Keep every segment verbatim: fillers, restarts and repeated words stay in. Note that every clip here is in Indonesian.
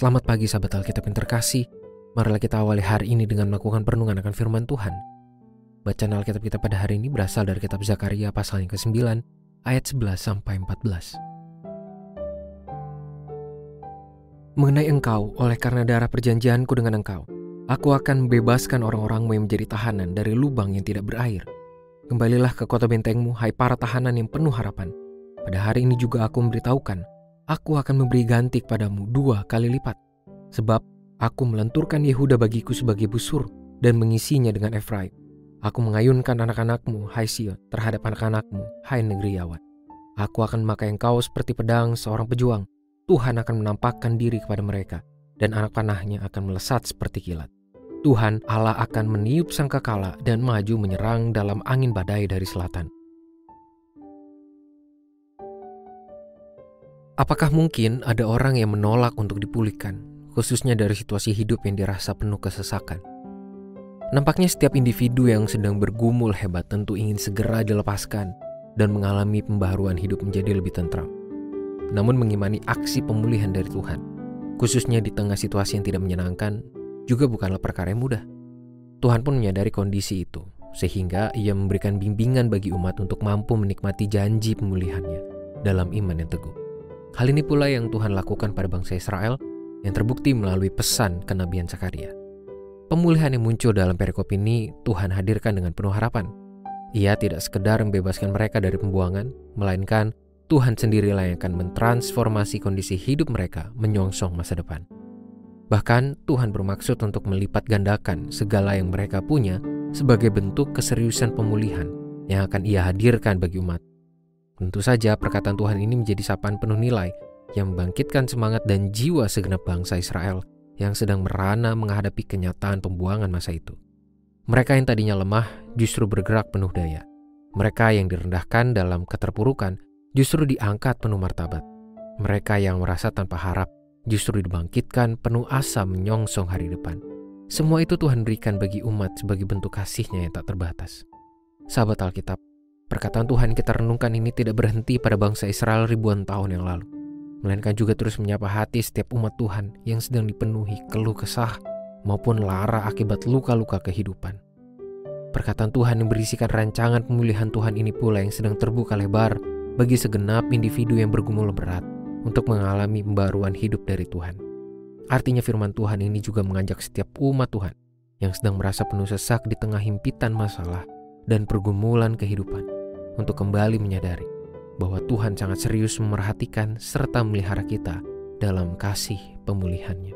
Selamat pagi sahabat Alkitab yang terkasih. Marilah kita awali hari ini dengan melakukan perenungan akan firman Tuhan. Bacaan Alkitab kita pada hari ini berasal dari kitab Zakaria pasal yang kesembilan ayat sebelas sampai empat belas. Mengenai engkau, oleh karena darah perjanjianku dengan engkau, aku akan membebaskan orang-orangmu yang menjadi tahanan dari lubang yang tidak berair. Kembalilah ke kota bentengmu, hai para tahanan yang penuh harapan. Pada hari ini juga aku memberitahukan, aku akan memberi ganti kepadamu dua kali lipat. Sebab aku melenturkan Yehuda bagiku sebagai busur dan mengisinya dengan Efraim. Aku mengayunkan anak-anakmu, hai Sion, terhadap anak-anakmu, hai negeri Yawan. Aku akan memakai engkau seperti pedang seorang pejuang. Tuhan akan menampakkan diri kepada mereka, dan anak panahnya akan melesat seperti kilat. Tuhan Allah akan meniup sangkakala dan maju menyerang dalam angin badai dari selatan. Apakah mungkin ada orang yang menolak untuk dipulihkan, khususnya dari situasi hidup yang dirasa penuh kesesakan? Nampaknya setiap individu yang sedang bergumul hebat tentu ingin segera dilepaskan dan mengalami pembaharuan hidup menjadi lebih tentram. Namun mengimani aksi pemulihan dari Tuhan, khususnya di tengah situasi yang tidak menyenangkan, juga bukanlah perkara yang mudah. Tuhan pun menyadari kondisi itu, sehingga Ia memberikan bimbingan bagi umat untuk mampu menikmati janji pemulihannya dalam iman yang teguh. Hal ini pula yang Tuhan lakukan pada bangsa Israel yang terbukti melalui pesan kenabian Zakaria. Pemulihan yang muncul dalam perikop ini Tuhan hadirkan dengan penuh harapan. Ia tidak sekedar membebaskan mereka dari pembuangan, melainkan Tuhan sendirilah yang akan mentransformasi kondisi hidup mereka menyongsong masa depan. Bahkan Tuhan bermaksud untuk melipat gandakan segala yang mereka punya sebagai bentuk keseriusan pemulihan yang akan Ia hadirkan bagi umat. Tentu saja perkataan Tuhan ini menjadi sapaan penuh nilai yang membangkitkan semangat dan jiwa segenap bangsa Israel yang sedang merana menghadapi kenyataan pembuangan masa itu. Mereka yang tadinya lemah justru bergerak penuh daya. Mereka yang direndahkan dalam keterpurukan justru diangkat penuh martabat. Mereka yang merasa tanpa harap justru dibangkitkan penuh asa menyongsong hari depan. Semua itu Tuhan berikan bagi umat sebagai bentuk kasih-Nya yang tak terbatas. Sahabat Alkitab, perkataan Tuhan kita renungkan ini tidak berhenti pada bangsa Israel ribuan tahun yang lalu, melainkan juga terus menyapa hati setiap umat Tuhan yang sedang dipenuhi keluh kesah maupun lara akibat luka-luka kehidupan. Perkataan Tuhan yang berisikan rancangan pemulihan Tuhan ini pula yang sedang terbuka lebar bagi segenap individu yang bergumul berat untuk mengalami pembaruan hidup dari Tuhan. Artinya firman Tuhan ini juga mengajak setiap umat Tuhan yang sedang merasa penuh sesak di tengah himpitan masalah dan pergumulan kehidupan untuk kembali menyadari bahwa Tuhan sangat serius memerhatikan serta memelihara kita dalam kasih pemulihan-Nya.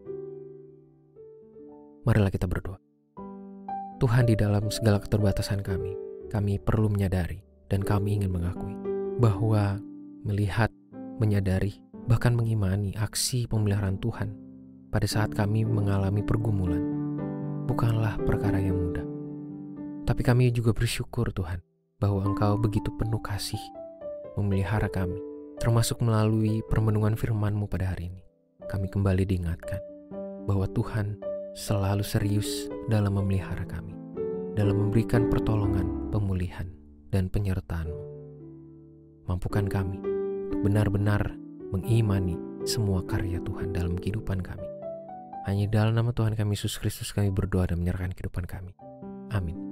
Marilah kita berdoa. Tuhan, di dalam segala keterbatasan kami, kami perlu menyadari dan kami ingin mengakui bahwa melihat, menyadari, bahkan mengimani aksi pemeliharaan Tuhan pada saat kami mengalami pergumulan bukanlah perkara yang mudah. Tapi kami juga bersyukur Tuhan bahwa Engkau begitu penuh kasih memelihara kami, termasuk melalui permenungan firman-Mu pada hari ini. Kami kembali diingatkan bahwa Tuhan selalu serius dalam memelihara kami, dalam memberikan pertolongan, pemulihan, dan penyertaan-Mu. Mampukan kami untuk benar-benar mengimani semua karya Tuhan dalam kehidupan kami. Hanya dalam nama Tuhan kami Yesus Kristus kami berdoa dan menyerahkan kehidupan kami. Amin.